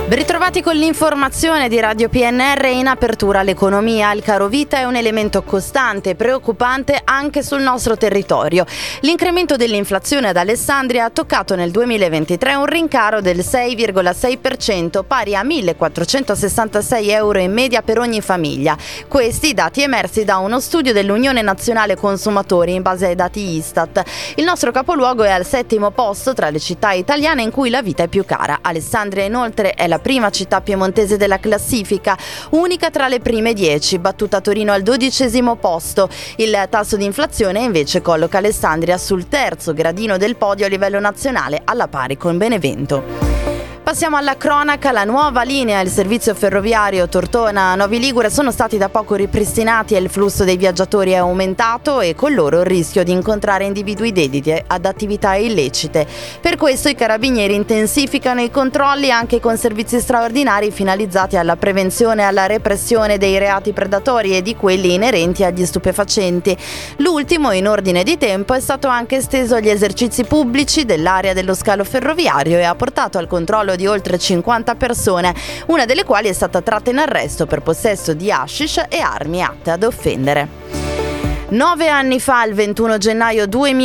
Ben ritrovati con l'informazione di Radio PNR. In apertura l'economia. Il caro vita è un elemento costante e preoccupante anche sul nostro territorio. L'incremento dell'inflazione ad Alessandria ha toccato nel 2023 un rincaro del 6,6%, pari a 1.466 euro in media per ogni famiglia. Questi dati emersi da uno studio dell'Unione Nazionale Consumatori in base ai dati Istat. Il nostro capoluogo è al 7° posto tra le città italiane in cui la vita è più cara. Alessandria inoltre è la prima città piemontese della classifica, unica tra le prime 10, battuta Torino al 12° posto. Il tasso di inflazione invece colloca Alessandria sul 3° gradino del podio a livello nazionale, alla pari con Benevento. Passiamo alla cronaca. La nuova linea e il servizio ferroviario Tortona-Novi Ligure sono stati da poco ripristinati e il flusso dei viaggiatori è aumentato e con loro il rischio di incontrare individui dediti ad attività illecite. Per questo i carabinieri intensificano i controlli anche con servizi straordinari finalizzati alla prevenzione e alla repressione dei reati predatori e di quelli inerenti agli stupefacenti. L'ultimo, in ordine di tempo, è stato anche esteso agli esercizi pubblici dell'area dello scalo ferroviario e ha portato al controllo di oltre 50 persone, una delle quali è stata tratta in arresto per possesso di hashish e armi atte ad offendere. 9 anni fa, il 21 gennaio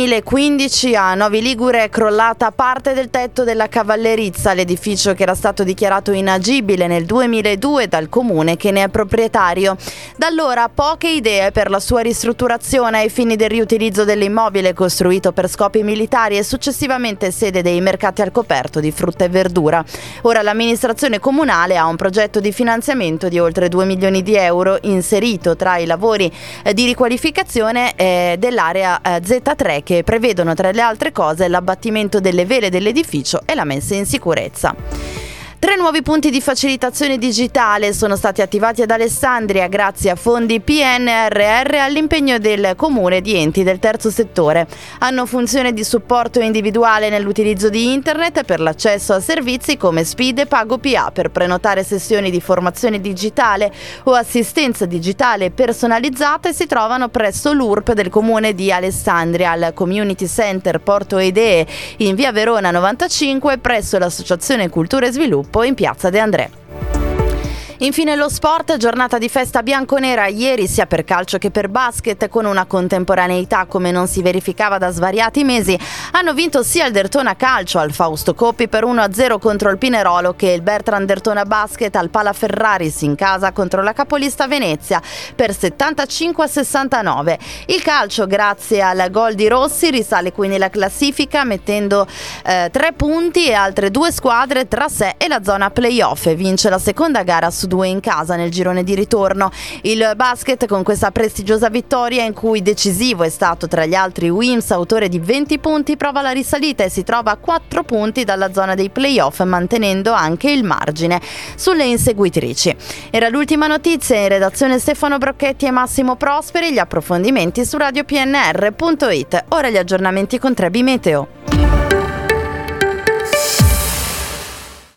2015, a Novi Ligure è crollata parte del tetto della Cavallerizza, l'edificio che era stato dichiarato inagibile nel 2002 dal comune che ne è proprietario. Da allora poche idee per la sua ristrutturazione ai fini del riutilizzo dell'immobile costruito per scopi militari e successivamente sede dei mercati al coperto di frutta e verdura. Ora l'amministrazione comunale ha un progetto di finanziamento di oltre 2 milioni di euro inserito tra i lavori di riqualificazione dell'area Z3 che prevedono tra le altre cose l'abbattimento delle vele dell'edificio e la messa in sicurezza. 3 nuovi punti di facilitazione digitale sono stati attivati ad Alessandria grazie a fondi PNRR all'impegno del comune di enti del terzo settore. Hanno funzione di supporto individuale nell'utilizzo di internet per l'accesso a servizi come Speed e Pago PA per prenotare sessioni di formazione digitale o assistenza digitale personalizzata e si trovano presso l'URP del comune di Alessandria, al Community Center Porto Idee in via Verona 95 presso l'Associazione Cultura e Sviluppo in piazza De André. Infine lo sport, giornata di festa bianconera ieri sia per calcio che per basket, con una contemporaneità come non si verificava da svariati mesi. Hanno vinto sia il Dertona Calcio al Fausto Coppi per 1-0 contro il Pinerolo che il Bertrand Dertona Basket al Pala Ferraris in casa contro la capolista Venezia per 75-69. Il calcio, grazie al gol di Rossi, risale quindi la classifica mettendo 3 punti e altre 2 squadre tra sé e la zona playoff e vince la seconda gara su 2 in casa nel girone di ritorno. Il basket, con questa prestigiosa vittoria in cui decisivo è stato tra gli altri Wims, autore di 20 punti, prova la risalita e si trova a 4 punti dalla zona dei playoff, mantenendo anche il margine sulle inseguitrici. Era l'ultima notizia. In redazione Stefano Brocchetti e Massimo Prosperi. Gli approfondimenti su radiopnr.it. Ora gli aggiornamenti con Trebi Meteo.